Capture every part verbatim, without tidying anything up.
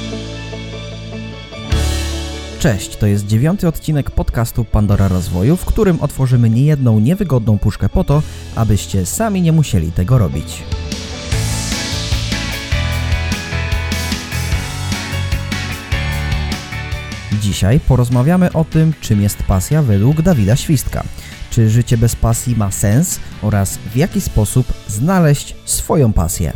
Cześć, to jest dziewiąty odcinek podcastu Pandora Rozwoju, w którym otworzymy niejedną niewygodną puszkę po to, abyście sami nie musieli tego robić. Dzisiaj porozmawiamy o tym, czym jest pasja według Dawida Świstka. Czy życie bez pasji ma sens oraz w jaki sposób znaleźć swoją pasję.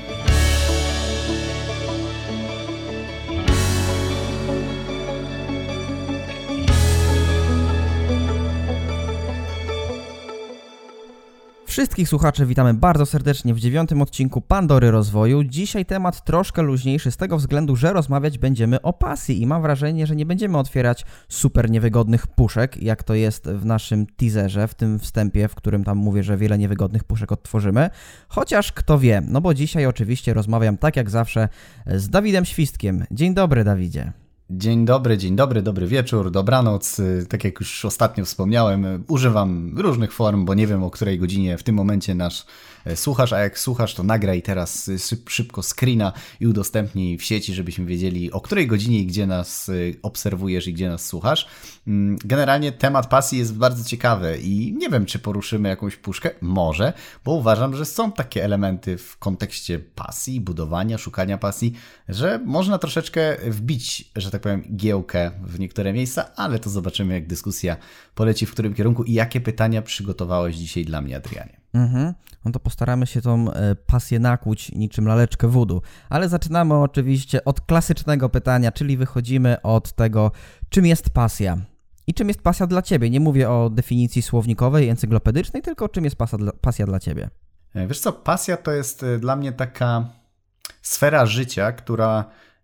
Wszystkich słuchaczy witamy bardzo serdecznie w dziewiątym odcinku Pandory Rozwoju. Dzisiaj temat troszkę luźniejszy z tego względu, że rozmawiać będziemy o pasji i mam wrażenie, że nie będziemy otwierać super niewygodnych puszek, jak to jest w naszym teaserze, w tym wstępie, w którym tam mówię, że wiele niewygodnych puszek odtworzymy. Chociaż kto wie, no bo dzisiaj oczywiście rozmawiam tak jak zawsze z Dawidem Świstkiem. Dzień dobry, Dawidzie. Dzień dobry, dzień dobry, dobry wieczór, dobranoc. Tak jak już ostatnio wspomniałem, używam różnych form, bo nie wiem, o której godzinie w tym momencie nasz słuchasz, a jak słuchasz, to nagraj teraz szybko screena i udostępnij w sieci, żebyśmy wiedzieli, o której godzinie i gdzie nas obserwujesz i gdzie nas słuchasz. Generalnie temat pasji jest bardzo ciekawy i nie wiem, czy poruszymy jakąś puszkę. Może, bo uważam, że są takie elementy w kontekście pasji, budowania, szukania pasji, że można troszeczkę wbić, że tak powiem, giełkę w niektóre miejsca, ale to zobaczymy, jak dyskusja poleci w którym kierunku i jakie pytania przygotowałeś dzisiaj dla mnie, Adrianie. Mhm. No to postaramy się tą pasję nakłuć niczym laleczkę wódu. Ale zaczynamy oczywiście od klasycznego pytania, czyli wychodzimy od tego, czym jest pasja. I czym jest pasja dla Ciebie? Nie mówię o definicji słownikowej, encyklopedycznej, tylko czym jest pasja dla, pasja dla Ciebie? Wiesz co, pasja to jest dla mnie taka sfera życia, która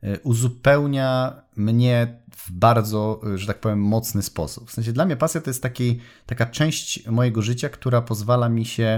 uzupełnia mnie w bardzo, że tak powiem, mocny sposób. W sensie dla mnie pasja to jest taki, taka część mojego życia, która pozwala mi się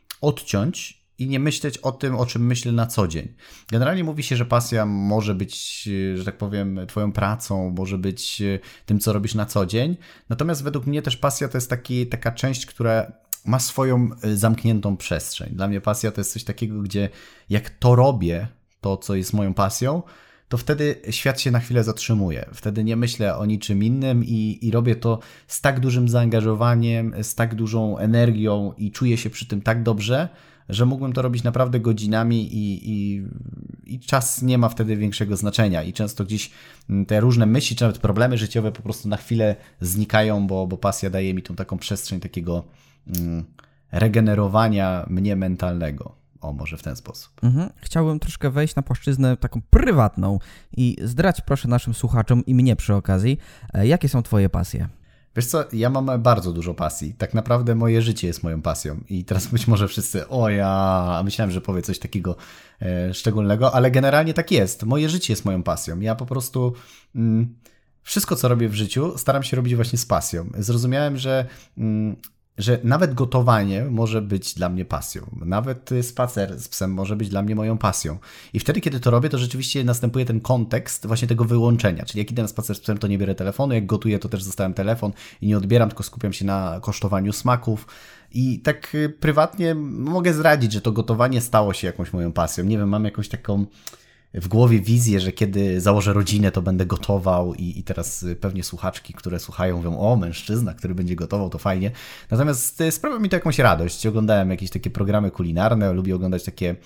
odciąć i nie myśleć o tym, o czym myślę na co dzień. Generalnie mówi się, że pasja może być, że tak powiem, twoją pracą, może być tym, co robisz na co dzień. Natomiast według mnie też pasja to jest taki, taka część, która ma swoją zamkniętą przestrzeń. Dla mnie pasja to jest coś takiego, gdzie jak to robię, to co jest moją pasją, to wtedy świat się na chwilę zatrzymuje. Wtedy nie myślę o niczym innym i, i robię to z tak dużym zaangażowaniem, z tak dużą energią i czuję się przy tym tak dobrze, że mógłbym to robić naprawdę godzinami i, i, i czas nie ma wtedy większego znaczenia. I często gdzieś te różne myśli, czy nawet problemy życiowe po prostu na chwilę znikają, bo, bo pasja daje mi tą taką przestrzeń takiego mm, regenerowania mnie mentalnego. O, może w ten sposób. Mhm. Chciałbym troszkę wejść na płaszczyznę taką prywatną i zdrać proszę naszym słuchaczom i mnie przy okazji, jakie są Twoje pasje? Wiesz co, ja mam bardzo dużo pasji. Tak naprawdę moje życie jest moją pasją. I teraz być może wszyscy, o ja, myślałem, że powie coś takiego e, szczególnego, ale generalnie tak jest. Moje życie jest moją pasją. Ja po prostu... Mm, wszystko, co robię w życiu, staram się robić właśnie z pasją. Zrozumiałem, że... Mm, że nawet gotowanie może być dla mnie pasją. Nawet spacer z psem może być dla mnie moją pasją. I wtedy, kiedy to robię, to rzeczywiście następuje ten kontekst właśnie tego wyłączenia. Czyli jak idę na spacer z psem, to nie biorę telefonu, jak gotuję, to też zostawiam telefon i nie odbieram, tylko skupiam się na kosztowaniu smaków. I tak prywatnie mogę zdradzić, że to gotowanie stało się jakąś moją pasją. Nie wiem, mam jakąś taką w głowie wizję, że kiedy założę rodzinę, to będę gotował i, i teraz pewnie słuchaczki, które słuchają, mówią, o, mężczyzna, który będzie gotował, to fajnie. Natomiast sprawia mi to jakąś radość. Oglądałem jakieś takie programy kulinarne, lubię oglądać takie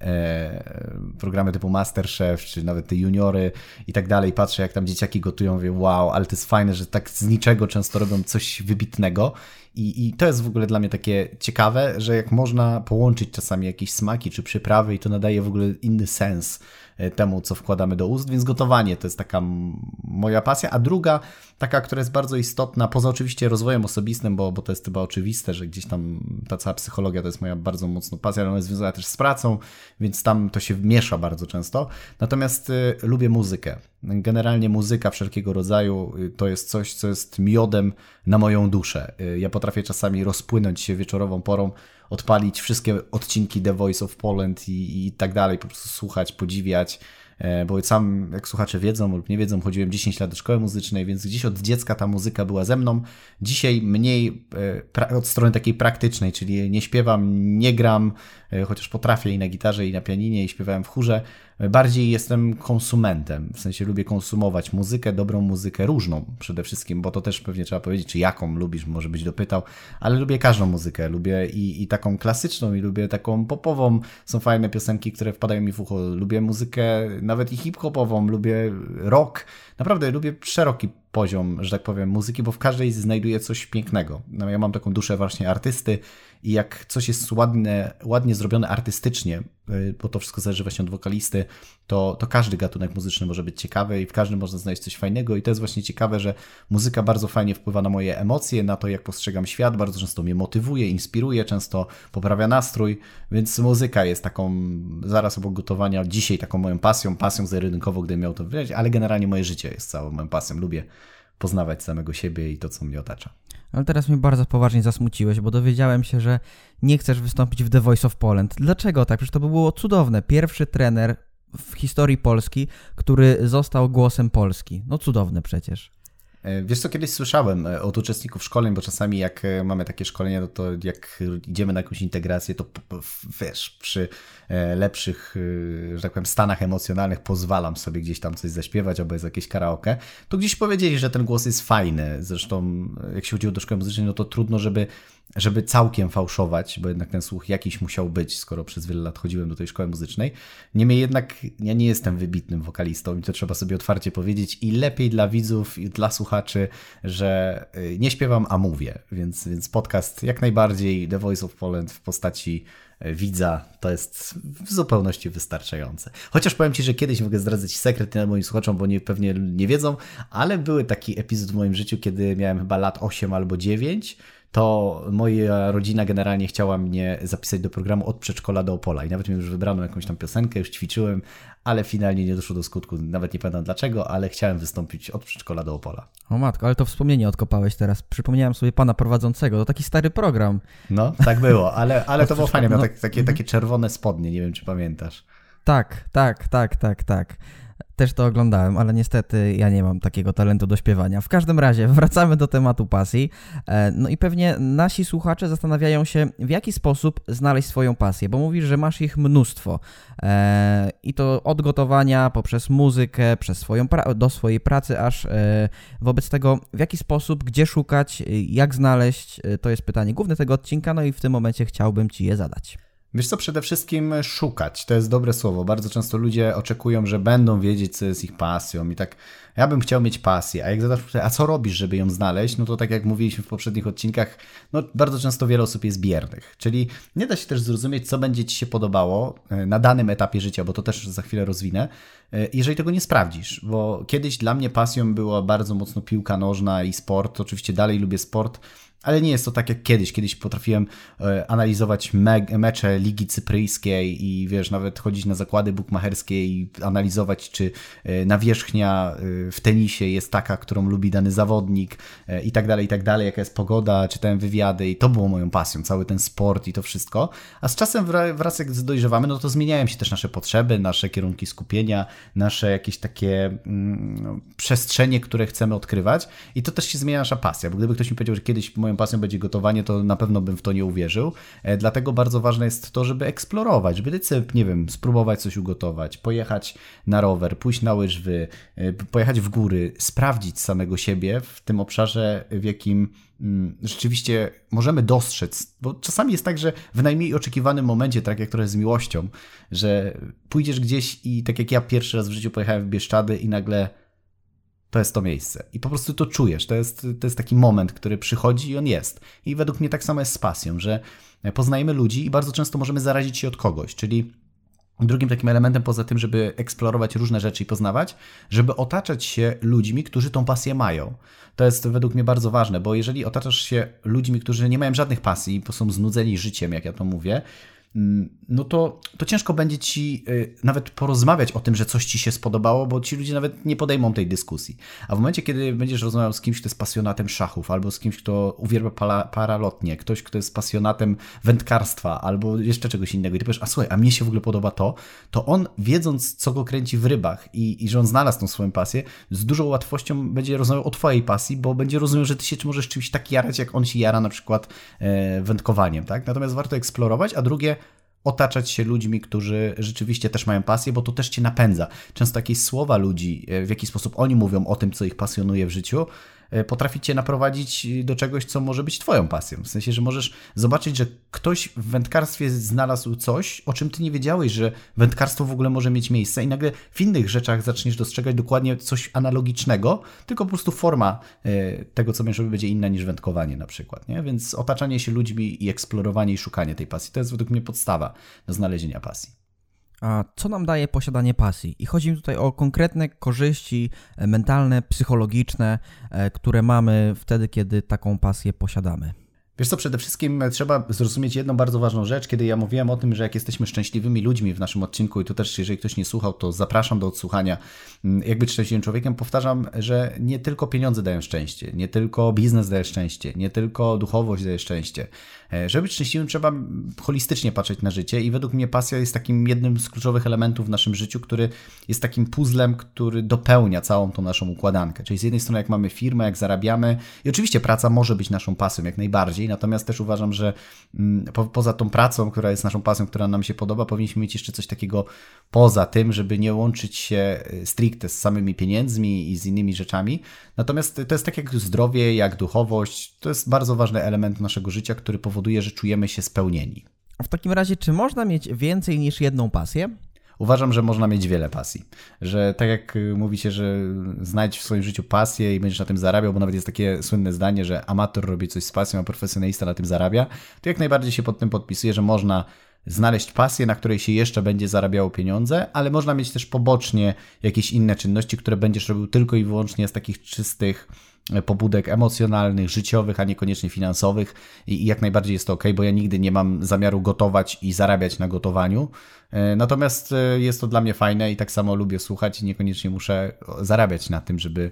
e, programy typu MasterChef, czy nawet te juniory i tak dalej. Patrzę, jak tam dzieciaki gotują, mówię, wow, ale to jest fajne, że tak z niczego często robią coś wybitnego. I, I to jest w ogóle dla mnie takie ciekawe, że jak można połączyć czasami jakieś smaki czy przyprawy i to nadaje w ogóle inny sens temu, co wkładamy do ust, więc gotowanie to jest taka moja pasja, a druga taka, która jest bardzo istotna, poza oczywiście rozwojem osobistym, bo, bo to jest chyba oczywiste, że gdzieś tam ta cała psychologia to jest moja bardzo mocno pasja, ale ona jest związana też z pracą, więc tam to się miesza bardzo często. Natomiast y, lubię muzykę. Generalnie muzyka wszelkiego rodzaju y, to jest coś, co jest miodem na moją duszę. Y, ja potrafię czasami rozpłynąć się wieczorową porą, odpalić wszystkie odcinki The Voice of Poland i, i tak dalej, po prostu słuchać, podziwiać, bo sam, jak słuchacze wiedzą lub nie wiedzą, chodziłem dziesięć lat do szkoły muzycznej, więc gdzieś od dziecka ta muzyka była ze mną. Dzisiaj mniej pra- od strony takiej praktycznej, czyli nie śpiewam, nie gram, chociaż potrafię i na gitarze, i na pianinie, i śpiewałem w chórze, Bardziej jestem konsumentem, w sensie lubię konsumować muzykę, dobrą muzykę, różną przede wszystkim, bo to też pewnie trzeba powiedzieć, czy jaką lubisz, może byś dopytał, ale lubię każdą muzykę, lubię i, i taką klasyczną, i lubię taką popową, są fajne piosenki, które wpadają mi w ucho, lubię muzykę nawet i hip-hopową, lubię rock, naprawdę lubię szeroki poziom, że tak powiem, muzyki, bo w każdej znajduję coś pięknego. No, ja mam taką duszę właśnie artysty i jak coś jest ładne, ładnie zrobione artystycznie, bo to wszystko zależy właśnie od wokalisty, to, to każdy gatunek muzyczny może być ciekawy i w każdym można znaleźć coś fajnego i to jest właśnie ciekawe, że muzyka bardzo fajnie wpływa na moje emocje, na to jak postrzegam świat, bardzo często mnie motywuje, inspiruje, często poprawia nastrój, więc muzyka jest taką, zaraz obok gotowania, dzisiaj taką moją pasją, pasją zero-jedynkowo, gdybym miał to wyrazić, ale generalnie moje życie jest całą moją pasją, lubię poznawać samego siebie i to, co mnie otacza. Ale teraz mnie bardzo poważnie zasmuciłeś, bo dowiedziałem się, że nie chcesz wystąpić w The Voice of Poland. Dlaczego tak? Przecież to by było cudowne. Pierwszy trener w historii Polski, który został głosem Polski. No cudowne przecież. Wiesz co, kiedyś słyszałem od uczestników szkoleń, bo czasami jak mamy takie szkolenia, to, to jak idziemy na jakąś integrację, to wiesz, przy lepszych, że tak powiem, stanach emocjonalnych pozwalam sobie gdzieś tam coś zaśpiewać, albo jest jakieś karaoke, to gdzieś powiedzieli, że ten głos jest fajny. Zresztą jak się chodziło do szkoły muzycznej, no to trudno, żeby żeby całkiem fałszować, bo jednak ten słuch jakiś musiał być, skoro przez wiele lat chodziłem do tej szkoły muzycznej. Niemniej jednak ja nie jestem wybitnym wokalistą i to trzeba sobie otwarcie powiedzieć i lepiej dla widzów i dla słuchaczy, że nie śpiewam, a mówię, więc, więc podcast jak najbardziej The Voice of Poland w postaci widza to jest w zupełności wystarczające. Chociaż powiem Ci, że kiedyś mogę zdradzać sekret moim słuchaczom, bo nie, pewnie nie wiedzą, ale był taki epizod w moim życiu, kiedy miałem chyba lat osiem albo dziewięć, to moja rodzina generalnie chciała mnie zapisać do programu Od Przedszkola do Opola i nawet mi już wybrano jakąś tam piosenkę, już ćwiczyłem, ale finalnie nie doszło do skutku, nawet nie pamiętam dlaczego, ale chciałem wystąpić Od Przedszkola do Opola. O matko, ale to wspomnienie odkopałeś teraz. Przypomniałem sobie pana prowadzącego, to taki stary program. No, tak było, ale, ale to było fajnie, miał no, tak, takie, takie czerwone spodnie, nie wiem czy pamiętasz. Tak, tak, tak, tak, tak. Też to oglądałem, ale niestety ja nie mam takiego talentu do śpiewania. W każdym razie wracamy do tematu pasji. No i pewnie nasi słuchacze zastanawiają się, w jaki sposób znaleźć swoją pasję, bo mówisz, że masz ich mnóstwo. I to od gotowania, poprzez muzykę, przez swoją pra- do swojej pracy, aż wobec tego, w jaki sposób, gdzie szukać, jak znaleźć, to jest pytanie główne tego odcinka, no i w tym momencie chciałbym Ci je zadać. Wiesz co, przede wszystkim szukać, to jest dobre słowo. Bardzo często ludzie oczekują, że będą wiedzieć, co jest ich pasją i tak, ja bym chciał mieć pasję, a jak zadasz pytanie, a co robisz, żeby ją znaleźć, no to tak jak mówiliśmy w poprzednich odcinkach, no bardzo często wiele osób jest biernych, czyli nie da się też zrozumieć, co będzie Ci się podobało na danym etapie życia, bo to też za chwilę rozwinę, jeżeli tego nie sprawdzisz, bo kiedyś dla mnie pasją była bardzo mocno piłka nożna i sport, oczywiście dalej lubię sport, ale nie jest to tak jak kiedyś. Kiedyś potrafiłem e, analizować me- mecze Ligi Cypryjskiej i wiesz, nawet chodzić na zakłady bukmacherskie i analizować, czy e, nawierzchnia e, w tenisie jest taka, którą lubi dany zawodnik e, i tak dalej, i tak dalej, jaka jest pogoda, czytałem wywiady i to było moją pasją, cały ten sport i to wszystko. A z czasem wra- wraz jak dojrzewamy, no to zmieniają się też nasze potrzeby, nasze kierunki skupienia, nasze jakieś takie mm, przestrzenie, które chcemy odkrywać i to też się zmienia nasza pasja, bo gdyby ktoś mi powiedział, że kiedyś moją pasją będzie gotowanie, to na pewno bym w to nie uwierzył. Dlatego bardzo ważne jest to, żeby eksplorować, żeby, nie wiem, spróbować coś ugotować, pojechać na rower, pójść na łyżwy, pojechać w góry, sprawdzić samego siebie w tym obszarze, w jakim rzeczywiście możemy dostrzec, bo czasami jest tak, że w najmniej oczekiwanym momencie, tak jak trochę z miłością, że pójdziesz gdzieś i tak jak ja pierwszy raz w życiu pojechałem w Bieszczady i nagle to jest to miejsce. I po prostu to czujesz. To jest, to jest taki moment, który przychodzi i on jest. I według mnie tak samo jest z pasją, że poznajemy ludzi i bardzo często możemy zarazić się od kogoś. Czyli drugim takim elementem poza tym, żeby eksplorować różne rzeczy i poznawać, żeby otaczać się ludźmi, którzy tą pasję mają. To jest według mnie bardzo ważne, bo jeżeli otaczasz się ludźmi, którzy nie mają żadnych pasji, bo są znudzeni życiem, jak ja to mówię, no to, to ciężko będzie Ci y, nawet porozmawiać o tym, że coś Ci się spodobało, bo ci ludzie nawet nie podejmą tej dyskusji. A w momencie, kiedy będziesz rozmawiał z kimś, kto jest pasjonatem szachów, albo z kimś, kto uwielbia para, paralotnie, ktoś, kto jest pasjonatem wędkarstwa, albo jeszcze czegoś innego i Ty powiesz, a słuchaj, a mnie się w ogóle podoba to, to on, wiedząc, co go kręci w rybach i, i że on znalazł tą swoją pasję, z dużą łatwością będzie rozmawiał o Twojej pasji, bo będzie rozumiał, że Ty się możesz czymś tak jarać, jak on się jara na przykład e, wędkowaniem, tak? Natomiast warto eksplorować, a drugie, otaczać się ludźmi, którzy rzeczywiście też mają pasję, bo to też cię napędza. Często jakieś słowa ludzi, w jaki sposób oni mówią o tym, co ich pasjonuje w życiu, potrafi cię naprowadzić do czegoś, co może być twoją pasją. W sensie, że możesz zobaczyć, że ktoś w wędkarstwie znalazł coś, o czym ty nie wiedziałeś, że wędkarstwo w ogóle może mieć miejsce i nagle w innych rzeczach zaczniesz dostrzegać dokładnie coś analogicznego, tylko po prostu forma tego, co będziesz robić, będzie inna niż wędkowanie na przykład. Nie? Więc otaczanie się ludźmi i eksplorowanie i szukanie tej pasji, to jest według mnie podstawa do znalezienia pasji. A co nam daje posiadanie pasji? I chodzi mi tutaj o konkretne korzyści mentalne, psychologiczne, które mamy wtedy, kiedy taką pasję posiadamy. Wiesz co, przede wszystkim trzeba zrozumieć jedną bardzo ważną rzecz, kiedy ja mówiłem o tym, że jak jesteśmy szczęśliwymi ludźmi w naszym odcinku i tu też, jeżeli ktoś nie słuchał, to zapraszam do odsłuchania. Jak być szczęśliwym człowiekiem, powtarzam, że nie tylko pieniądze dają szczęście, nie tylko biznes daje szczęście, nie tylko duchowość daje szczęście. Żeby być szczęśliwym, trzeba holistycznie patrzeć na życie i według mnie pasja jest takim jednym z kluczowych elementów w naszym życiu, który jest takim puzzlem, który dopełnia całą tą naszą układankę. Czyli z jednej strony jak mamy firmę, jak zarabiamy i oczywiście praca może być naszą pasją jak najbardziej, natomiast też uważam, że po, poza tą pracą, która jest naszą pasją, która nam się podoba, powinniśmy mieć jeszcze coś takiego poza tym, żeby nie łączyć się stricte z samymi pieniędzmi i z innymi rzeczami. Natomiast to jest tak jak zdrowie, jak duchowość, to jest bardzo ważny element naszego życia, który powoduje, że czujemy się spełnieni. A w takim razie, czy można mieć więcej niż jedną pasję? Uważam, że można mieć wiele pasji, że tak jak mówi się, że znajdź w swoim życiu pasję i będziesz na tym zarabiał, bo nawet jest takie słynne zdanie, że amator robi coś z pasją, a profesjonalista na tym zarabia, to jak najbardziej się pod tym podpisuję, że można znaleźć pasję, na której się jeszcze będzie zarabiało pieniądze, ale można mieć też pobocznie jakieś inne czynności, które będziesz robił tylko i wyłącznie z takich czystych pobudek emocjonalnych, życiowych, a niekoniecznie finansowych i jak najbardziej jest to ok, bo ja nigdy nie mam zamiaru gotować i zarabiać na gotowaniu. Natomiast jest to dla mnie fajne i tak samo lubię słuchać i niekoniecznie muszę zarabiać na tym, żeby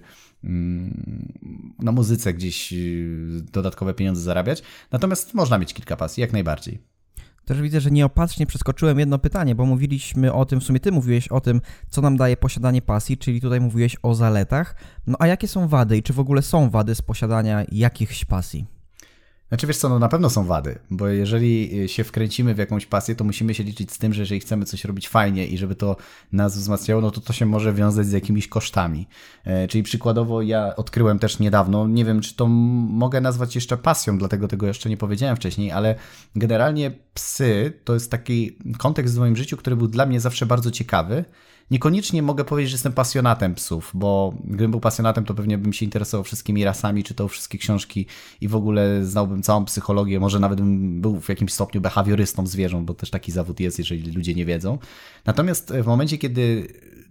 na muzyce gdzieś dodatkowe pieniądze zarabiać. Natomiast można mieć kilka pasji, jak najbardziej. Też widzę, że nieopatrznie przeskoczyłem jedno pytanie, bo mówiliśmy o tym, w sumie ty mówiłeś o tym, co nam daje posiadanie pasji, czyli tutaj mówiłeś o zaletach. No a jakie są wady i czy w ogóle są wady z posiadania jakichś pasji? Znaczy wiesz co, no na pewno są wady, bo jeżeli się wkręcimy w jakąś pasję, to musimy się liczyć z tym, że jeżeli chcemy coś robić fajnie i żeby to nas wzmacniało, no to to się może wiązać z jakimiś kosztami. E, czyli przykładowo ja odkryłem też niedawno, nie wiem czy to mogę nazwać jeszcze pasją, dlatego tego jeszcze nie powiedziałem wcześniej, ale generalnie psy to jest taki kontekst w moim życiu, który był dla mnie zawsze bardzo ciekawy. Niekoniecznie mogę powiedzieć, że jestem pasjonatem psów, bo gdybym był pasjonatem, to pewnie bym się interesował wszystkimi rasami, czytał wszystkie książki i w ogóle znałbym całą psychologię, może nawet bym był w jakimś stopniu behawiorystą zwierząt, bo też taki zawód jest, jeżeli ludzie nie wiedzą. Natomiast w momencie, kiedy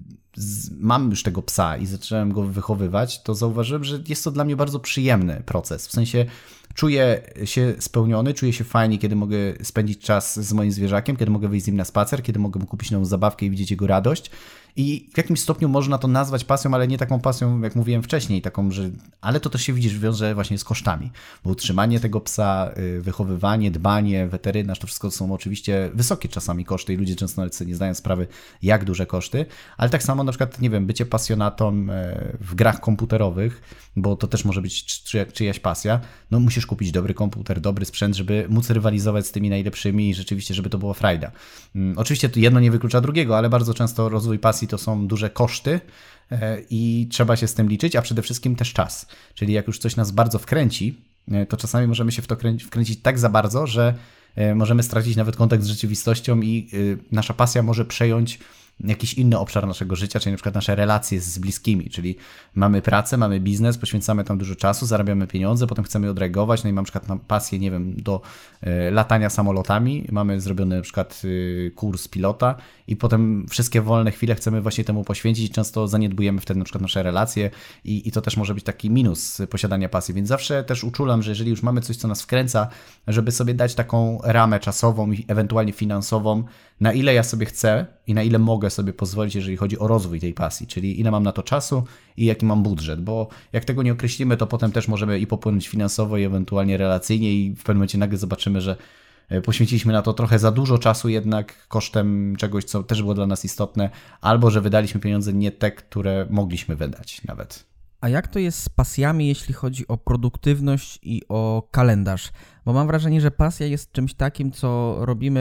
mam już tego psa i zacząłem go wychowywać, to zauważyłem, że jest to dla mnie bardzo przyjemny proces, w sensie czuję się spełniony, czuję się fajnie, kiedy mogę spędzić czas z moim zwierzakiem, kiedy mogę wyjść z nim na spacer, kiedy mogę mu kupić nową zabawkę i widzieć jego radość. I w jakimś stopniu można to nazwać pasją, ale nie taką pasją, jak mówiłem wcześniej, taką, że... Ale to też się widzisz, wiąże właśnie z kosztami, bo utrzymanie tego psa, wychowywanie, dbanie, weterynarz, to wszystko są oczywiście wysokie czasami koszty i ludzie często nawet sobie nie zdają sprawy, jak duże koszty, ale tak samo na przykład, nie wiem, bycie pasjonatą w grach komputerowych, bo to też może być czy, czyjaś pasja, no musisz kupić dobry komputer, dobry sprzęt, żeby móc rywalizować z tymi najlepszymi i rzeczywiście, żeby to była frajda. Oczywiście to jedno nie wyklucza drugiego, ale bardzo często rozwój pasji to są duże koszty i trzeba się z tym liczyć, a przede wszystkim też czas. Czyli jak już coś nas bardzo wkręci, to czasami możemy się w to wkręcić tak za bardzo, że możemy stracić nawet kontakt z rzeczywistością i nasza pasja może przejąć jakiś inny obszar naszego życia, czyli na przykład nasze relacje z bliskimi, czyli mamy pracę, mamy biznes, poświęcamy tam dużo czasu, zarabiamy pieniądze, potem chcemy odreagować, no i mam na przykład pasję, nie wiem, do y, latania samolotami, mamy zrobiony na przykład y, kurs pilota i potem wszystkie wolne chwile chcemy właśnie temu poświęcić i często zaniedbujemy wtedy na przykład nasze relacje i, i to też może być taki minus posiadania pasji, więc zawsze też uczulam, że jeżeli już mamy coś, co nas wkręca, żeby sobie dać taką ramę czasową i ewentualnie finansową, na ile ja sobie chcę i na ile mogę sobie pozwolić, jeżeli chodzi o rozwój tej pasji, czyli ile mam na to czasu i jaki mam budżet, bo jak tego nie określimy, to potem też możemy i popłynąć finansowo i ewentualnie relacyjnie i w pewnym momencie nagle zobaczymy, że poświęciliśmy na to trochę za dużo czasu jednak kosztem czegoś, co też było dla nas istotne, albo że wydaliśmy pieniądze nie te, które mogliśmy wydać nawet. A jak to jest z pasjami, jeśli chodzi o produktywność i o kalendarz? Bo mam wrażenie, że pasja jest czymś takim, co robimy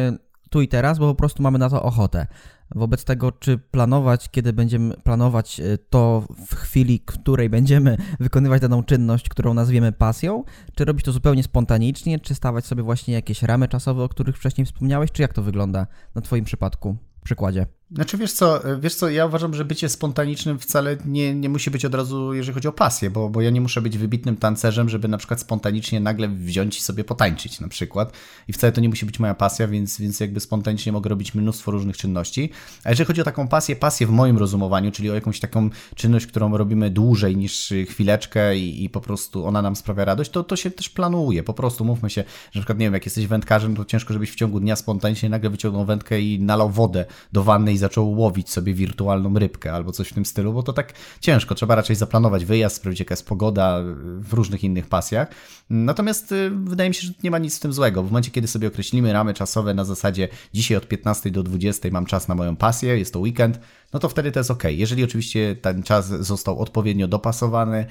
tu i teraz, bo po prostu mamy na to ochotę. Wobec tego, czy planować, kiedy będziemy planować to w chwili, w której będziemy wykonywać daną czynność, którą nazwiemy pasją, czy robić to zupełnie spontanicznie, czy stawiać sobie właśnie jakieś ramy czasowe, o których wcześniej wspomniałeś, czy jak to wygląda na Twoim przypadku, przykładzie? Znaczy wiesz co, wiesz co, ja uważam, że bycie spontanicznym wcale nie, nie musi być od razu, jeżeli chodzi o pasję, bo, bo ja nie muszę być wybitnym tancerzem, żeby na przykład spontanicznie nagle wziąć i sobie potańczyć na przykład i wcale to nie musi być moja pasja, więc, więc jakby spontanicznie mogę robić mnóstwo różnych czynności. A jeżeli chodzi o taką pasję, pasję w moim rozumowaniu, czyli o jakąś taką czynność, którą robimy dłużej niż chwileczkę i, i po prostu ona nam sprawia radość, to, to się też planuje, po prostu mówmy się, że na przykład nie wiem, jak jesteś wędkarzem, to ciężko, żebyś w ciągu dnia spontanicznie nagle wyciągnął wędkę i nalał wodę do wanny i zaczął łowić sobie wirtualną rybkę albo coś w tym stylu, bo to tak ciężko. Trzeba raczej zaplanować wyjazd, sprawdzić jaka jest pogoda w różnych innych pasjach. Natomiast wydaje mi się, że nie ma nic w tym złego. W momencie, kiedy sobie określimy ramy czasowe na zasadzie dzisiaj od piętnastej do dwudziestej mam czas na moją pasję, jest to weekend, no to wtedy to jest ok. Jeżeli oczywiście ten czas został odpowiednio dopasowany,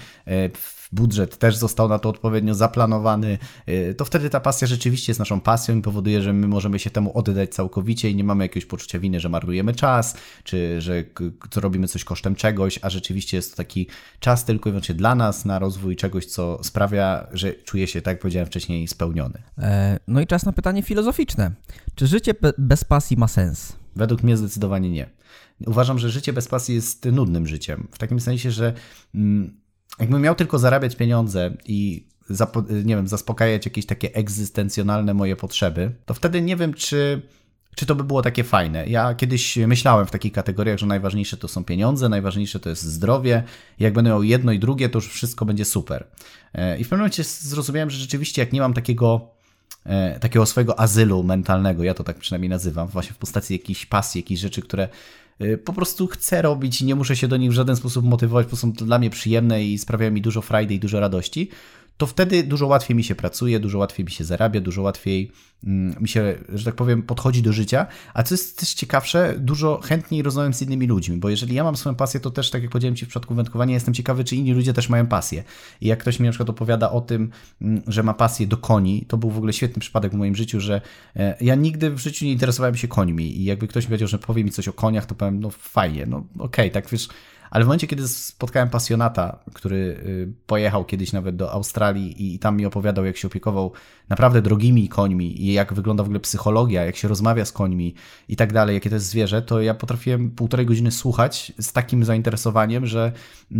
budżet też został na to odpowiednio zaplanowany, to wtedy ta pasja rzeczywiście jest naszą pasją i powoduje, że my możemy się temu oddać całkowicie i nie mamy jakiegoś poczucia winy, że marnujemy czas, czy że robimy coś kosztem czegoś, a rzeczywiście jest to taki czas tylko i wyłącznie dla nas, na rozwój czegoś, co sprawia, że czuję się, tak jak powiedziałem wcześniej, spełniony. No i czas na pytanie filozoficzne. Czy życie bez pasji ma sens? Według mnie zdecydowanie nie. Uważam, że życie bez pasji jest nudnym życiem. W takim sensie, że mm, jakbym miał tylko zarabiać pieniądze i zapo- nie wiem, zaspokajać jakieś takie egzystencjonalne moje potrzeby, to wtedy nie wiem, czy, czy to by było takie fajne. Ja kiedyś myślałem w takich kategoriach, że najważniejsze to są pieniądze, najważniejsze to jest zdrowie. Jak będę miał jedno i drugie, to już wszystko będzie super. I w pewnym momencie zrozumiałem, że rzeczywiście jak nie mam takiego takiego swojego azylu mentalnego, ja to tak przynajmniej nazywam, właśnie w postaci jakiejś pasji, jakichś rzeczy, które po prostu chcę robić i nie muszę się do nich w żaden sposób motywować, bo są to dla mnie przyjemne i sprawiają mi dużo frajdy i dużo radości, to wtedy dużo łatwiej mi się pracuje, dużo łatwiej mi się zarabia, dużo łatwiej mi się, że tak powiem, podchodzi do życia, a co jest też ciekawsze, dużo chętniej rozmawiam z innymi ludźmi, bo jeżeli ja mam swoją pasję, to też, tak jak powiedziałem Ci w przypadku wędkowania, jestem ciekawy, czy inni ludzie też mają pasję. I jak ktoś mi na przykład opowiada o tym, że ma pasję do koni, to był w ogóle świetny przypadek w moim życiu, że ja nigdy w życiu nie interesowałem się końmi i jakby ktoś mi powiedział, że powie mi coś o koniach, to powiem, no fajnie, no okej, okay, tak wiesz. Ale w momencie, kiedy spotkałem pasjonata, który pojechał kiedyś nawet do Australii i tam mi opowiadał, jak się opiekował naprawdę drogimi końmi i jak wygląda w ogóle psychologia, jak się rozmawia z końmi i tak dalej, jakie to jest zwierzę, to ja potrafiłem półtorej godziny słuchać z takim zainteresowaniem, że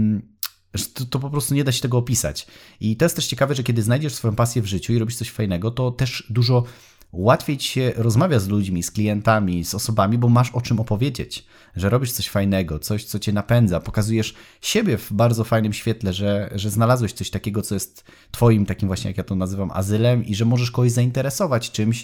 To, to po prostu nie da się tego opisać. I to jest też ciekawe, że kiedy znajdziesz swoją pasję w życiu i robisz coś fajnego, to też dużo łatwiej ci się rozmawia z ludźmi, z klientami, z osobami, bo masz o czym opowiedzieć, że robisz coś fajnego, coś, co cię napędza, pokazujesz siebie w bardzo fajnym świetle, że, że znalazłeś coś takiego, co jest twoim takim właśnie, jak ja to nazywam, azylem i że możesz kogoś zainteresować czymś,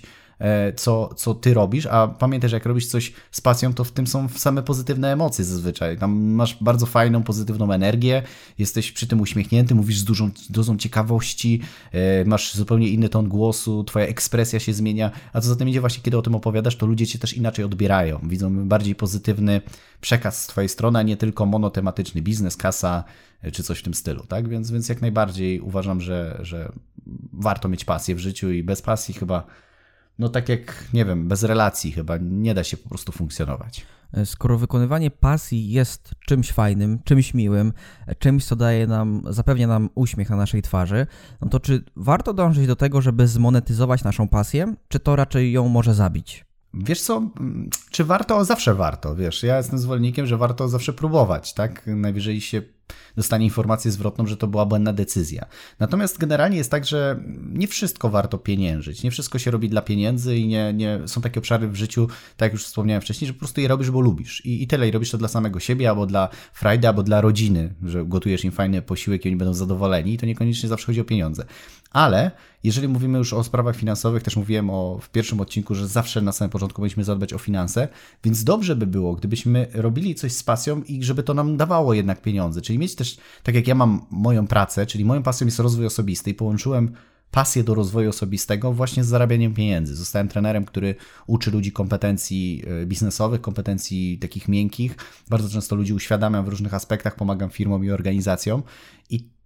co, co ty robisz, a pamiętaj, że jak robisz coś z pasją, to w tym są same pozytywne emocje zazwyczaj. Tam masz bardzo fajną, pozytywną energię, jesteś przy tym uśmiechnięty, mówisz z dużą dozą ciekawości, masz zupełnie inny ton głosu, twoja ekspresja się zmienia, a co za tym idzie właśnie, kiedy o tym opowiadasz, to ludzie cię też inaczej odbierają, widzą bardziej pozytywny przekaz z twojej strony, a nie tylko monotematyczny biznes, kasa, czy coś w tym stylu, tak? Więc, więc jak najbardziej uważam, że, że warto mieć pasję w życiu i bez pasji chyba no tak jak, nie wiem, bez relacji chyba nie da się po prostu funkcjonować. Skoro wykonywanie pasji jest czymś fajnym, czymś miłym, czymś, co daje nam, zapewnia nam uśmiech na naszej twarzy, no to czy warto dążyć do tego, żeby zmonetyzować naszą pasję, czy to raczej ją może zabić? Wiesz co, czy warto? Zawsze warto, wiesz, ja jestem zwolennikiem, że warto zawsze próbować, tak? Najwyżej się dostanie informację zwrotną, że to była błędna decyzja. Natomiast generalnie jest tak, że nie wszystko warto pieniężyć, nie wszystko się robi dla pieniędzy i nie, nie są takie obszary w życiu, tak jak już wspomniałem wcześniej, że po prostu je robisz, bo lubisz i, i tyle, i robisz to dla samego siebie, albo dla frajdy, albo dla rodziny, że gotujesz im fajny posiłek i oni będą zadowoleni i to niekoniecznie zawsze chodzi o pieniądze. Ale jeżeli mówimy już o sprawach finansowych, też mówiłem o, w pierwszym odcinku, że zawsze na samym początku powinniśmy zadbać o finanse, więc dobrze by było, gdybyśmy robili coś z pasją i żeby to nam dawało jednak pieniądze, czyli mieć też, tak jak ja mam moją pracę, czyli moją pasją jest rozwój osobisty i połączyłem pasję do rozwoju osobistego właśnie z zarabianiem pieniędzy. Zostałem trenerem, który uczy ludzi kompetencji biznesowych, kompetencji takich miękkich. Bardzo często ludzi uświadamiam w różnych aspektach, pomagam firmom i organizacjom i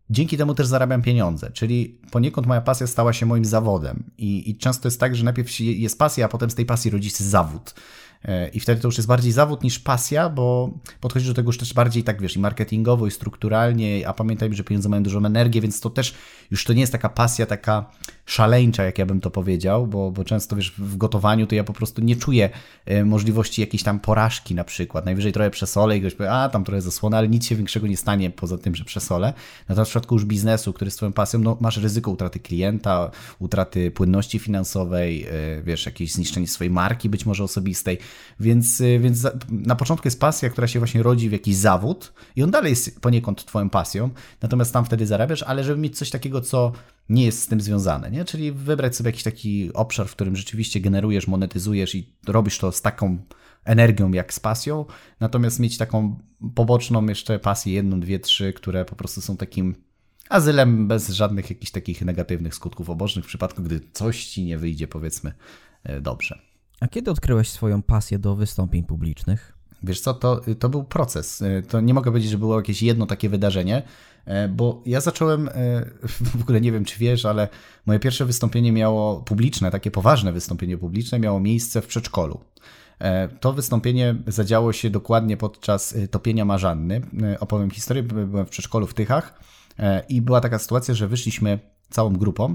dzięki temu też zarabiam pieniądze, czyli poniekąd moja pasja stała się moim zawodem i, i często jest tak, że najpierw jest pasja, a potem z tej pasji rodzi się zawód. I wtedy to już jest bardziej zawód niż pasja, bo podchodzisz do tego już też bardziej tak, wiesz, i marketingowo, i strukturalnie, a pamiętajmy, że pieniądze mają dużą energię, więc to też już to nie jest taka pasja taka szaleńcza, jak ja bym to powiedział, bo, bo często, wiesz, w gotowaniu to ja po prostu nie czuję możliwości jakiejś tam porażki na przykład. Najwyżej trochę przesolę i ktoś powie, a tam trochę zasłonę, ale nic się większego nie stanie poza tym, że przesolę. Natomiast w przypadku już biznesu, który jest twoją pasją, no masz ryzyko utraty klienta, utraty płynności finansowej, wiesz, jakieś zniszczenie swojej marki być może osobistej. Więc, więc na początku jest pasja, która się właśnie rodzi w jakiś zawód i on dalej jest poniekąd twoją pasją, natomiast tam wtedy zarabiasz, ale żeby mieć coś takiego, co nie jest z tym związane, nie? Czyli wybrać sobie jakiś taki obszar, w którym rzeczywiście generujesz, monetyzujesz i robisz to z taką energią jak z pasją, natomiast mieć taką poboczną jeszcze pasję, jedną, dwie, trzy, które po prostu są takim azylem bez żadnych jakichś takich negatywnych skutków ubocznych w przypadku, gdy coś ci nie wyjdzie, powiedzmy, dobrze. A kiedy odkryłeś swoją pasję do wystąpień publicznych? Wiesz co, to, to był proces. To nie mogę powiedzieć, że było jakieś jedno takie wydarzenie, bo ja zacząłem, w ogóle nie wiem, czy wiesz, ale moje pierwsze wystąpienie miało publiczne, takie poważne wystąpienie publiczne miało miejsce w przedszkolu. To wystąpienie zadziało się dokładnie podczas topienia Marzanny. Opowiem historię, byłem w przedszkolu w Tychach i była taka sytuacja, że wyszliśmy całą grupą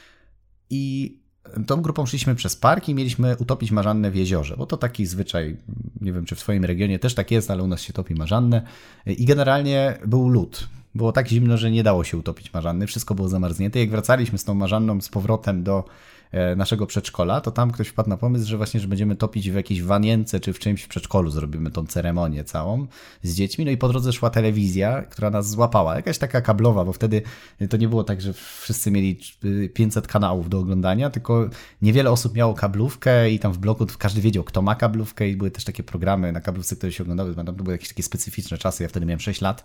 i tą grupą szliśmy przez park i mieliśmy utopić marzannę w jeziorze, bo to taki zwyczaj, nie wiem czy w twoim regionie też tak jest, ale u nas się topi marzannę i generalnie był lód. Było tak zimno, że nie dało się utopić marzanny, wszystko było zamarznięte. Jak wracaliśmy z tą marzanną z powrotem do naszego przedszkola, to tam ktoś wpadł na pomysł, że właśnie, że będziemy topić w jakiejś wanience czy w czymś w przedszkolu, zrobimy tą ceremonię całą z dziećmi. No i po drodze szła telewizja, która nas złapała, jakaś taka kablowa, bo wtedy to nie było tak, że wszyscy mieli pięćset kanałów do oglądania, tylko niewiele osób miało kablówkę i tam w bloku każdy wiedział, kto ma kablówkę i były też takie programy na kablówce, które się oglądały, tam to były jakieś takie specyficzne czasy, ja wtedy miałem sześć lat.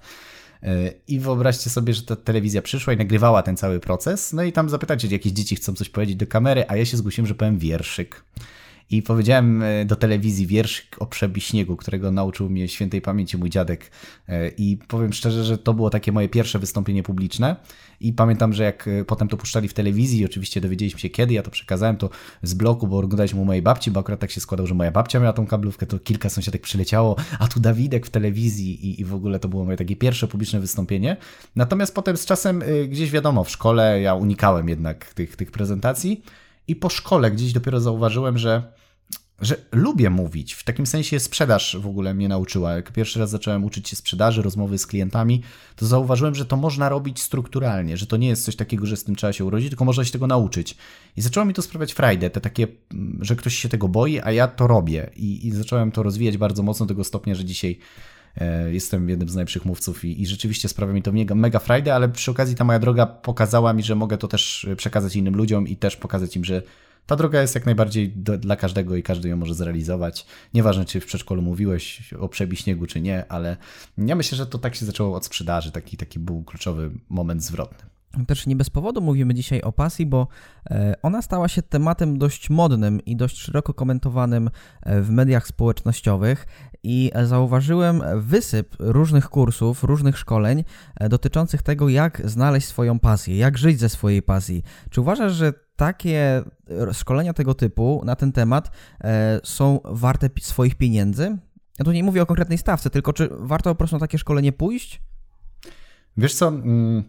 I wyobraźcie sobie, że ta telewizja przyszła i nagrywała ten cały proces, no i tam zapytać, czy jakieś dzieci chcą coś powiedzieć do kamery, a ja się zgłosiłem, że powiem wierszyk. I powiedziałem do telewizji wierszyk o przebi śniegu, którego nauczył mnie świętej pamięci mój dziadek. I powiem szczerze, że to było takie moje pierwsze wystąpienie publiczne. I pamiętam, że jak potem to puszczali w telewizji, oczywiście dowiedzieliśmy się kiedy, ja to przekazałem to z bloku, bo oglądaliśmy u mojej babci, bo akurat tak się składał, że moja babcia miała tą kablówkę, to kilka sąsiadek przyleciało, a tu Dawidek w telewizji i, i w ogóle to było moje takie pierwsze publiczne wystąpienie. Natomiast potem z czasem gdzieś wiadomo, w szkole ja unikałem jednak tych, tych prezentacji i po szkole gdzieś dopiero zauważyłem, że że lubię mówić, w takim sensie sprzedaż w ogóle mnie nauczyła. Jak pierwszy raz zacząłem uczyć się sprzedaży, rozmowy z klientami, to zauważyłem, że to można robić strukturalnie, że to nie jest coś takiego, że z tym trzeba się urodzić, tylko można się tego nauczyć. I zaczęło mi to sprawiać frajdę, te takie, że ktoś się tego boi, a ja to robię. I, i zacząłem to rozwijać bardzo mocno do tego stopnia, że dzisiaj e, jestem jednym z najlepszych mówców i, i rzeczywiście sprawia mi to mega, mega frajdę, ale przy okazji ta moja droga pokazała mi, że mogę to też przekazać innym ludziom i też pokazać im, że ta droga jest jak najbardziej do, dla każdego i każdy ją może zrealizować. Nieważne, czy w przedszkolu mówiłeś o przebi śniegu, czy nie, ale ja myślę, że to tak się zaczęło od sprzedaży. Taki, taki był kluczowy moment zwrotny. Też nie bez powodu mówimy dzisiaj o pasji, bo ona stała się tematem dość modnym i dość szeroko komentowanym w mediach społecznościowych i zauważyłem wysyp różnych kursów, różnych szkoleń dotyczących tego, jak znaleźć swoją pasję, jak żyć ze swojej pasji. Czy uważasz, że takie szkolenia tego typu na ten temat są warte swoich pieniędzy? Ja tu nie mówię o konkretnej stawce, tylko czy warto po prostu na takie szkolenie pójść? Wiesz co... Mm...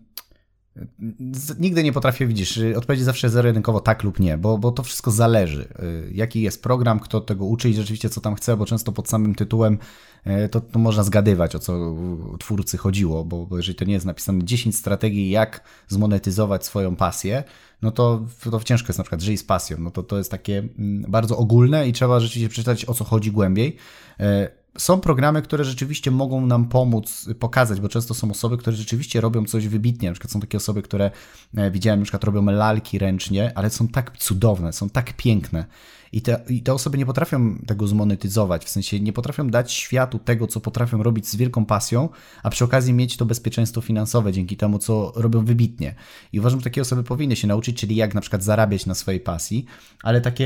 Nigdy nie potrafię, widzisz, odpowiedzieć zawsze zero-jedynkowo tak lub nie, bo, bo to wszystko zależy. Jaki jest program, kto tego uczy i rzeczywiście co tam chce, bo często pod samym tytułem to, to można zgadywać, o co twórcy chodziło, bo, bo jeżeli to nie jest napisane dziesięć strategii, jak zmonetyzować swoją pasję, no to, to ciężko jest na przykład żyj z pasją, no to to jest takie bardzo ogólne i trzeba rzeczywiście przeczytać, o co chodzi głębiej. Są programy, które rzeczywiście mogą nam pomóc, pokazać, bo często są osoby, które rzeczywiście robią coś wybitnie. Na przykład są takie osoby, które widziałem, na przykład robią lalki ręcznie, ale są tak cudowne, są tak piękne. I te, I te osoby nie potrafią tego zmonetyzować, w sensie nie potrafią dać światu tego, co potrafią robić z wielką pasją, a przy okazji mieć to bezpieczeństwo finansowe dzięki temu, co robią wybitnie. I uważam, że takie osoby powinny się nauczyć, czyli jak na przykład zarabiać na swojej pasji, ale takie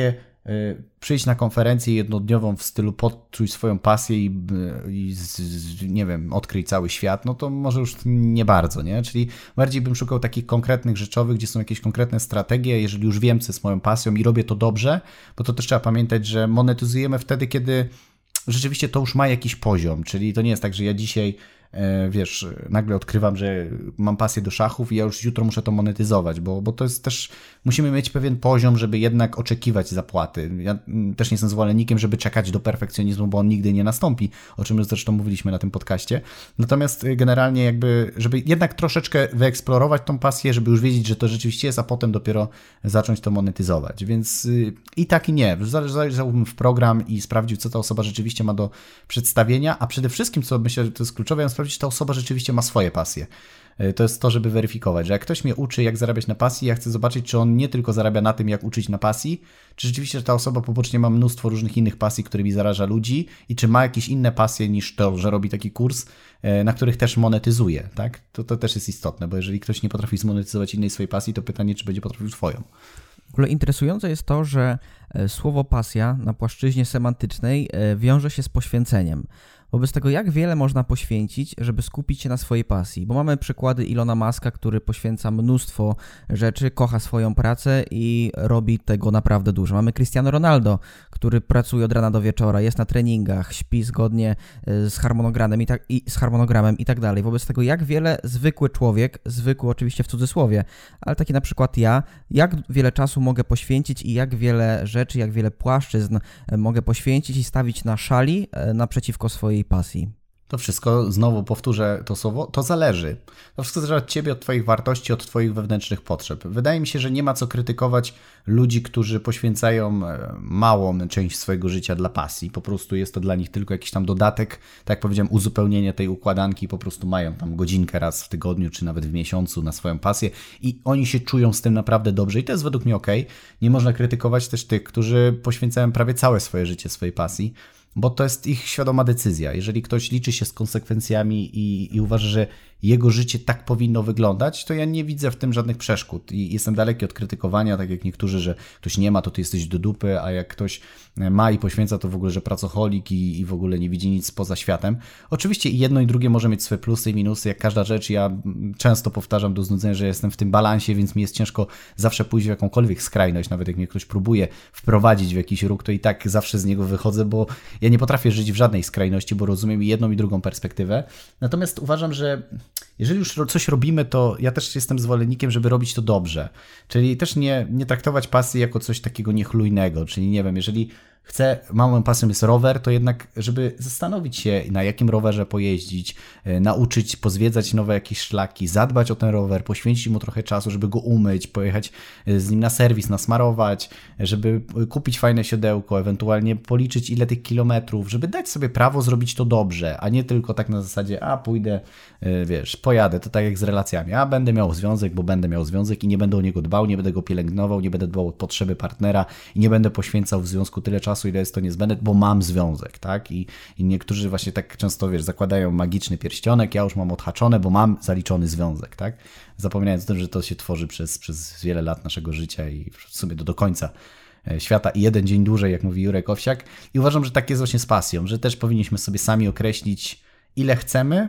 przyjść na konferencję jednodniową w stylu poczuj swoją pasję i, i z, z, nie wiem, odkryj cały świat, no to może już nie bardzo, nie? Czyli bardziej bym szukał takich konkretnych, rzeczowych, gdzie są jakieś konkretne strategie, jeżeli już wiem, co jest moją pasją i robię to dobrze, bo to też trzeba pamiętać, że monetyzujemy wtedy, kiedy rzeczywiście to już ma jakiś poziom, czyli to nie jest tak, że ja dzisiaj wiesz, nagle odkrywam, że mam pasję do szachów i ja już jutro muszę to monetyzować, bo, bo to jest też, musimy mieć pewien poziom, żeby jednak oczekiwać zapłaty. Ja też nie jestem zwolennikiem, żeby czekać do perfekcjonizmu, bo on nigdy nie nastąpi, o czym zresztą mówiliśmy na tym podcaście. Natomiast generalnie jakby, żeby jednak troszeczkę wyeksplorować tą pasję, żeby już wiedzieć, że to rzeczywiście jest, a potem dopiero zacząć to monetyzować. Więc i tak i nie. Zajrzałbym w program i sprawdził, co ta osoba rzeczywiście ma do przedstawienia, a przede wszystkim, co myślę, że to jest kluczowe, sprawdzić, czy ta osoba rzeczywiście ma swoje pasje. To jest to, żeby weryfikować, że jak ktoś mnie uczy, jak zarabiać na pasji, ja chcę zobaczyć, czy on nie tylko zarabia na tym, jak uczyć na pasji, czy rzeczywiście ta osoba pobocznie ma mnóstwo różnych innych pasji, którymi zaraża ludzi i czy ma jakieś inne pasje niż to, że robi taki kurs, na których też monetyzuje, tak? To, to też jest istotne, bo jeżeli ktoś nie potrafi zmonetyzować innej swojej pasji, to pytanie, czy będzie potrafił swoją. W ogóle interesujące jest to, że słowo pasja na płaszczyźnie semantycznej wiąże się z poświęceniem. Wobec tego, jak wiele można poświęcić, żeby skupić się na swojej pasji? Bo mamy przykłady Ilona Muska, który poświęca mnóstwo rzeczy, kocha swoją pracę i robi tego naprawdę dużo. Mamy Cristiano Ronaldo, który pracuje od rana do wieczora, jest na treningach, śpi zgodnie z harmonogramem i tak, i, z harmonogramem i tak dalej. Wobec tego, jak wiele zwykły człowiek, zwykły oczywiście w cudzysłowie, ale taki na przykład ja, jak wiele czasu mogę poświęcić i jak wiele rzeczy, jak wiele płaszczyzn mogę poświęcić i stawić na szali naprzeciwko swojej pasji. To wszystko, znowu powtórzę to słowo, to zależy. To wszystko zależy od Ciebie, od Twoich wartości, od Twoich wewnętrznych potrzeb. Wydaje mi się, że nie ma co krytykować ludzi, którzy poświęcają małą część swojego życia dla pasji. Po prostu jest to dla nich tylko jakiś tam dodatek, tak jak powiedziałem, uzupełnienie tej układanki. Po prostu mają tam godzinkę raz w tygodniu, czy nawet w miesiącu na swoją pasję i oni się czują z tym naprawdę dobrze i to jest według mnie okej. Nie można krytykować też tych, którzy poświęcają prawie całe swoje życie swojej pasji, bo to jest ich świadoma decyzja. Jeżeli ktoś liczy się z konsekwencjami i, i uważa, że jego życie tak powinno wyglądać, to ja nie widzę w tym żadnych przeszkód i jestem daleki od krytykowania, tak jak niektórzy, że ktoś nie ma, to ty jesteś do dupy, a jak ktoś ma i poświęca, to w ogóle, że pracoholik i, i w ogóle nie widzi nic poza światem. Oczywiście i jedno i drugie może mieć swoje plusy i minusy, jak każda rzecz. Ja często powtarzam do znudzenia, że jestem w tym balansie, więc mi jest ciężko zawsze pójść w jakąkolwiek skrajność, nawet jak mnie ktoś próbuje wprowadzić w jakiś ruch, to i tak zawsze z niego wychodzę, bo ja nie potrafię żyć w żadnej skrajności, bo rozumiem i jedną i drugą perspektywę. Natomiast uważam, że jeżeli już coś robimy, to ja też jestem zwolennikiem, żeby robić to dobrze. Czyli też nie, nie traktować pasji jako coś takiego niechlujnego. Czyli nie wiem, jeżeli chcę, małą pasją jest rower, to jednak, żeby zastanowić się, na jakim rowerze pojeździć, nauczyć, pozwiedzać nowe jakieś szlaki, zadbać o ten rower, poświęcić mu trochę czasu, żeby go umyć, pojechać z nim na serwis, nasmarować, żeby kupić fajne siodełko, ewentualnie policzyć ile tych kilometrów, żeby dać sobie prawo zrobić to dobrze, a nie tylko tak na zasadzie, a pójdę, wiesz, pojadę, to tak jak z relacjami, a będę miał związek, bo będę miał związek i nie będę o niego dbał, nie będę go pielęgnował, nie będę dbał o potrzeby partnera i nie będę poświęcał w związku tyle czasu, ile jest to niezbędne, bo mam związek, tak? I, i niektórzy właśnie tak często, wiesz, zakładają magiczny pierścionek, ja już mam odhaczone, bo mam zaliczony związek, tak? Zapominając o tym, że to się tworzy przez, przez wiele lat naszego życia i w sumie do, do końca świata i jeden dzień dłużej, jak mówi Jurek Owsiak. I uważam, że tak jest właśnie z pasją, że też powinniśmy sobie sami określić, ile chcemy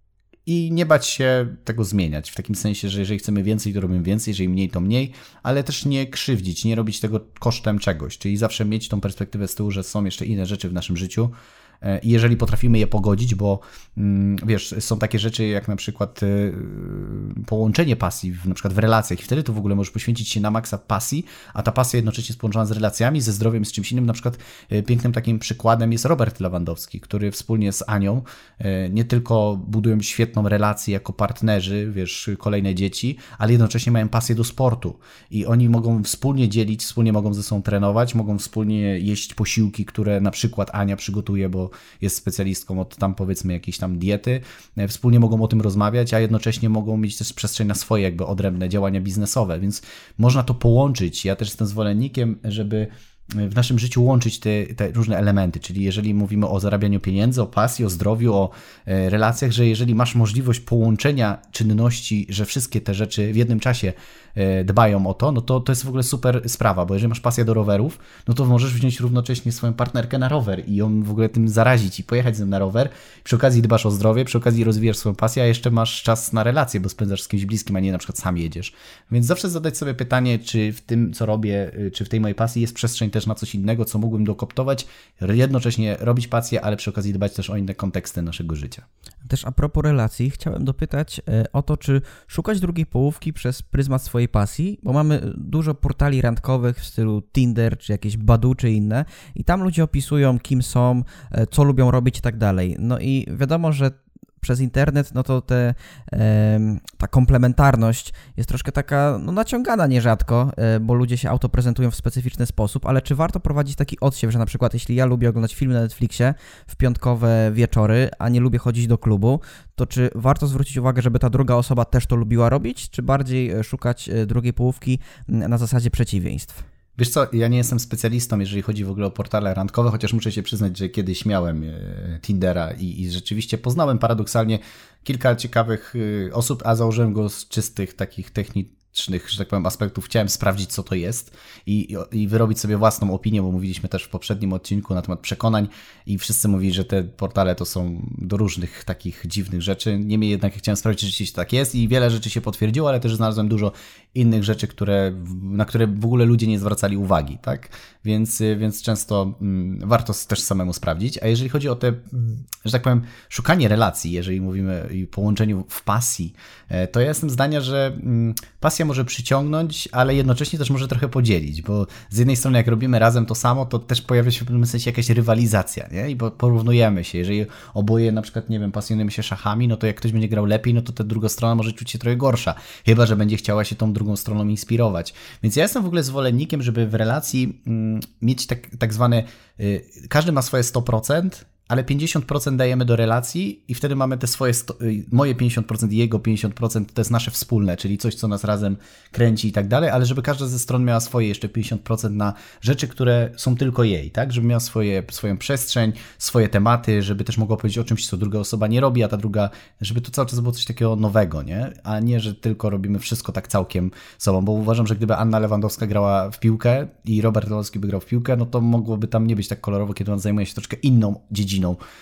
i nie bać się tego zmieniać. W takim sensie, że jeżeli chcemy więcej, to robimy więcej, jeżeli mniej, to mniej, ale też nie krzywdzić, nie robić tego kosztem czegoś. Czyli zawsze mieć tą perspektywę z tyłu, że są jeszcze inne rzeczy w naszym życiu, i jeżeli potrafimy je pogodzić, bo wiesz, są takie rzeczy jak na przykład połączenie pasji w, na przykład w relacjach i wtedy to w ogóle możesz poświęcić się na maksa pasji, a ta pasja jednocześnie jest połączona z relacjami, ze zdrowiem, z czymś innym. Na przykład pięknym takim przykładem jest Robert Lewandowski, który wspólnie z Anią nie tylko budują świetną relację jako partnerzy, wiesz, kolejne dzieci, ale jednocześnie mają pasję do sportu i oni mogą wspólnie dzielić, wspólnie mogą ze sobą trenować, mogą wspólnie jeść posiłki, które na przykład Ania przygotuje, bo jest specjalistką od tam powiedzmy jakiejś tam diety, wspólnie mogą o tym rozmawiać, a jednocześnie mogą mieć też przestrzeń na swoje jakby odrębne działania biznesowe, więc można to połączyć. Ja też jestem zwolennikiem, żeby w naszym życiu łączyć te, te różne elementy, czyli jeżeli mówimy o zarabianiu pieniędzy, o pasji, o zdrowiu, o relacjach, że jeżeli masz możliwość połączenia czynności, że wszystkie te rzeczy w jednym czasie dbają o to, no to to jest w ogóle super sprawa, bo jeżeli masz pasję do rowerów, no to możesz wziąć równocześnie swoją partnerkę na rower i ją w ogóle tym zarazić i pojechać z nią na rower. Przy okazji dbasz o zdrowie, przy okazji rozwijasz swoją pasję, a jeszcze masz czas na relacje, bo spędzasz z kimś bliskim, a nie na przykład sam jedziesz. Więc zawsze zadać sobie pytanie, czy w tym, co robię, czy w tej mojej pasji jest przestrzeń też na coś innego, co mógłbym dokoptować, jednocześnie robić pasję, ale przy okazji dbać też o inne konteksty naszego życia. Też a propos relacji, chciałem dopytać o to, czy szukać drugiej połówki przez pryzmat swojej pasji, bo mamy dużo portali randkowych w stylu Tinder, czy jakieś Badoo, czy inne i tam ludzie opisują, kim są, co lubią robić i tak dalej. No i wiadomo, że przez internet, no to te, e, ta komplementarność jest troszkę taka no, naciągana nierzadko, e, bo ludzie się autoprezentują w specyficzny sposób, ale czy warto prowadzić taki odsiew, że na przykład jeśli ja lubię oglądać filmy na Netflixie w piątkowe wieczory, a nie lubię chodzić do klubu, to czy warto zwrócić uwagę, żeby ta druga osoba też to lubiła robić, czy bardziej szukać drugiej połówki na zasadzie przeciwieństw? Wiesz co, ja nie jestem specjalistą, jeżeli chodzi w ogóle o portale randkowe, chociaż muszę się przyznać, że kiedyś miałem Tindera i, i rzeczywiście poznałem paradoksalnie kilka ciekawych osób, a założyłem go z czystych takich technicznych, że tak powiem, aspektów. Chciałem sprawdzić, co to jest i, i wyrobić sobie własną opinię, bo mówiliśmy też w poprzednim odcinku na temat przekonań i wszyscy mówili, że te portale to są do różnych takich dziwnych rzeczy. Niemniej jednak chciałem sprawdzić, czy rzeczywiście tak jest i wiele rzeczy się potwierdziło, ale też znalazłem dużo innych rzeczy, które, na które w ogóle ludzie nie zwracali uwagi, tak? Więc, więc często mm, warto też samemu sprawdzić. A jeżeli chodzi o te, że tak powiem, szukanie relacji, jeżeli mówimy o połączeniu w pasji, to ja jestem zdania, że mm, pasja może przyciągnąć, ale jednocześnie też może trochę podzielić, bo z jednej strony jak robimy razem to samo, to też pojawia się w pewnym sensie jakaś rywalizacja, nie? I porównujemy się. Jeżeli oboje na przykład, nie wiem, pasjonujemy się szachami, no to jak ktoś będzie grał lepiej, no to ta druga strona może czuć się trochę gorsza, chyba że będzie chciała się tą drugą stroną inspirować. Więc ja jestem w ogóle zwolennikiem, żeby w relacji mm, mieć tak, tak zwane, y, każdy ma swoje sto procent, ale pięćdziesiąt procent dajemy do relacji i wtedy mamy te swoje, sto, moje pięćdziesiąt procent i jego pięćdziesiąt procent to jest nasze wspólne, czyli coś, co nas razem kręci i tak dalej, ale żeby każda ze stron miała swoje jeszcze pięćdziesiąt procent na rzeczy, które są tylko jej, tak? Żeby miała swoje, swoją przestrzeń, swoje tematy, żeby też mogła powiedzieć o czymś, co druga osoba nie robi, a ta druga, żeby to cały czas było coś takiego nowego, nie? A nie, że tylko robimy wszystko tak całkiem sobą, bo uważam, że gdyby Anna Lewandowska grała w piłkę i Robert Lewandowski by grał w piłkę, no to mogłoby tam nie być tak kolorowo, kiedy on zajmuje się troszkę inną dziedziną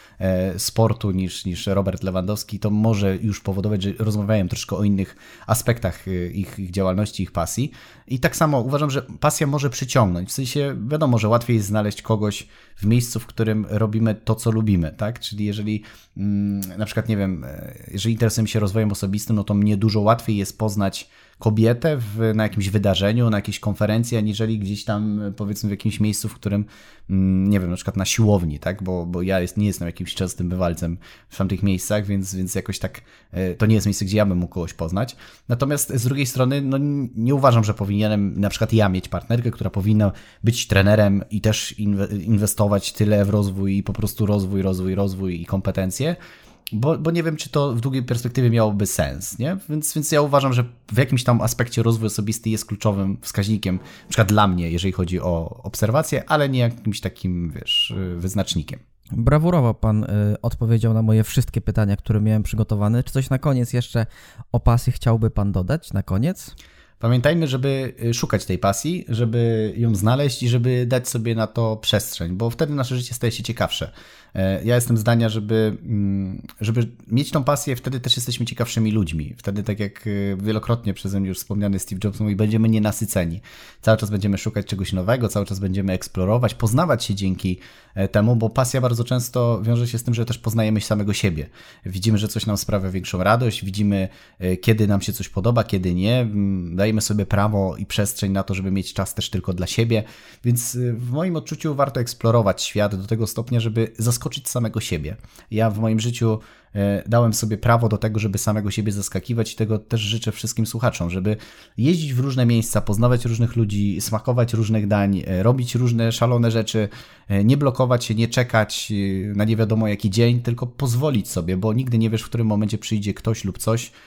sportu niż, niż Robert Lewandowski, to może już powodować, że rozmawiają troszkę o innych aspektach ich, ich działalności, ich pasji. I tak samo uważam, że pasja może przyciągnąć. W sensie wiadomo, że łatwiej jest znaleźć kogoś w miejscu, w którym robimy to, co lubimy, tak? Czyli jeżeli mm, na przykład, nie wiem, jeżeli interesujemy się rozwojem osobistym, no to mnie dużo łatwiej jest poznać kobietę w, na jakimś wydarzeniu, na jakiejś konferencji, aniżeli gdzieś tam, powiedzmy, w jakimś miejscu, w którym, nie wiem, na przykład na siłowni, tak, bo, bo ja jest, nie jestem jakimś częstym bywalcem w tamtych miejscach, więc, więc jakoś tak to nie jest miejsce, gdzie ja bym mógł kogoś poznać. Natomiast z drugiej strony, no nie uważam, że powinienem na przykład ja mieć partnerkę, która powinna być trenerem i też inwestować tyle w rozwój i po prostu rozwój, rozwój, rozwój i kompetencje, Bo, bo nie wiem, czy to w długiej perspektywie miałoby sens, nie? Więc, więc ja uważam, że w jakimś tam aspekcie rozwój osobisty jest kluczowym wskaźnikiem, na przykład dla mnie, jeżeli chodzi o obserwację, ale nie jakimś takim, wiesz, wyznacznikiem. Brawurowo pan y, odpowiedział na moje wszystkie pytania, które miałem przygotowane. Czy coś na koniec jeszcze o pasji chciałby pan dodać na koniec? Pamiętajmy, żeby szukać tej pasji, żeby ją znaleźć i żeby dać sobie na to przestrzeń, bo wtedy nasze życie staje się ciekawsze. Ja jestem zdania, żeby, żeby mieć tą pasję, wtedy też jesteśmy ciekawszymi ludźmi. Wtedy, tak jak wielokrotnie przeze mnie już wspomniany Steve Jobs mówi, będziemy nienasyceni. Cały czas będziemy szukać czegoś nowego, cały czas będziemy eksplorować, poznawać się dzięki temu, bo pasja bardzo często wiąże się z tym, że też poznajemy samego siebie. Widzimy, że coś nam sprawia większą radość, widzimy, kiedy nam się coś podoba, kiedy nie. Dajemy sobie prawo i przestrzeń na to, żeby mieć czas też tylko dla siebie, więc w moim odczuciu warto eksplorować świat do tego stopnia, żeby zaskoczyć samego siebie. Ja w moim życiu dałem sobie prawo do tego, żeby samego siebie zaskakiwać i tego też życzę wszystkim słuchaczom, żeby jeździć w różne miejsca, poznawać różnych ludzi, smakować różnych dań, robić różne szalone rzeczy, nie blokować się, nie czekać na nie wiadomo jaki dzień, tylko pozwolić sobie, bo nigdy nie wiesz, w którym momencie przyjdzie ktoś lub coś,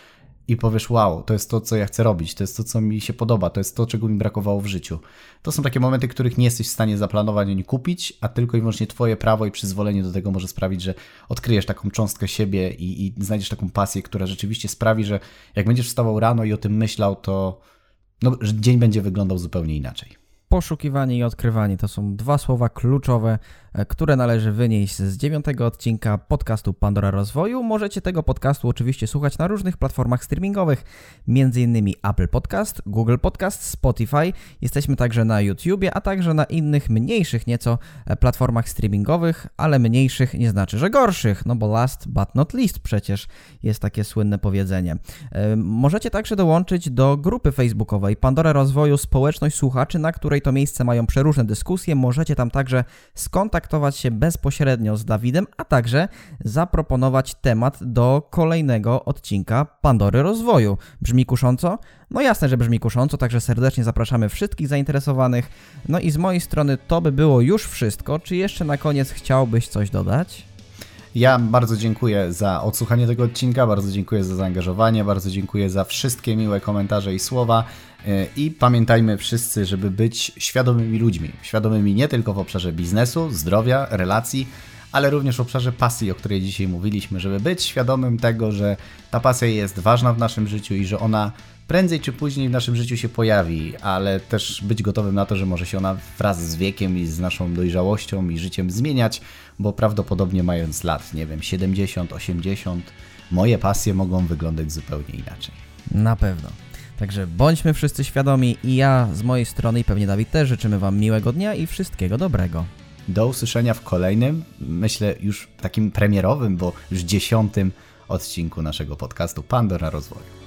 i powiesz, wow, to jest to, co ja chcę robić, to jest to, co mi się podoba, to jest to, czego mi brakowało w życiu. To są takie momenty, których nie jesteś w stanie zaplanować ani kupić, a tylko i wyłącznie twoje prawo i przyzwolenie do tego może sprawić, że odkryjesz taką cząstkę siebie i, i znajdziesz taką pasję, która rzeczywiście sprawi, że jak będziesz wstawał rano i o tym myślał, to no, że dzień będzie wyglądał zupełnie inaczej. Poszukiwanie i odkrywanie to są dwa słowa kluczowe, które należy wynieść z dziewiątego odcinka podcastu Pandora Rozwoju. Możecie tego podcastu oczywiście słuchać na różnych platformach streamingowych, m.in. Apple Podcast, Google Podcast, Spotify. Jesteśmy także na YouTubie, a także na innych mniejszych nieco platformach streamingowych, ale mniejszych nie znaczy, że gorszych, no bo last but not least przecież jest takie słynne powiedzenie. Możecie także dołączyć do grupy facebookowej Pandora Rozwoju Społeczność Słuchaczy, na której to miejsce mają przeróżne dyskusje. Możecie tam także skontaktować się bezpośrednio z Dawidem, a także zaproponować temat do kolejnego odcinka Pandory Rozwoju. Brzmi kusząco? No jasne, że brzmi kusząco, także serdecznie zapraszamy wszystkich zainteresowanych. No i z mojej strony to by było już wszystko. Czy jeszcze na koniec chciałbyś coś dodać? Ja bardzo dziękuję za odsłuchanie tego odcinka, bardzo dziękuję za zaangażowanie, bardzo dziękuję za wszystkie miłe komentarze i słowa i pamiętajmy wszyscy, żeby być świadomymi ludźmi. Świadomymi nie tylko w obszarze biznesu, zdrowia, relacji, ale również w obszarze pasji, o której dzisiaj mówiliśmy, żeby być świadomym tego, że ta pasja jest ważna w naszym życiu i że ona prędzej czy później w naszym życiu się pojawi, ale też być gotowym na to, że może się ona wraz z wiekiem i z naszą dojrzałością i życiem zmieniać, bo prawdopodobnie mając lat, nie wiem, siedemdziesiąt, osiemdziesiąt, moje pasje mogą wyglądać zupełnie inaczej. Na pewno. Także bądźmy wszyscy świadomi i ja z mojej strony i pewnie Dawid też życzymy Wam miłego dnia i wszystkiego dobrego. Do usłyszenia w kolejnym, myślę już takim premierowym, bo już dziesiątym odcinku naszego podcastu Pandora Rozwoju.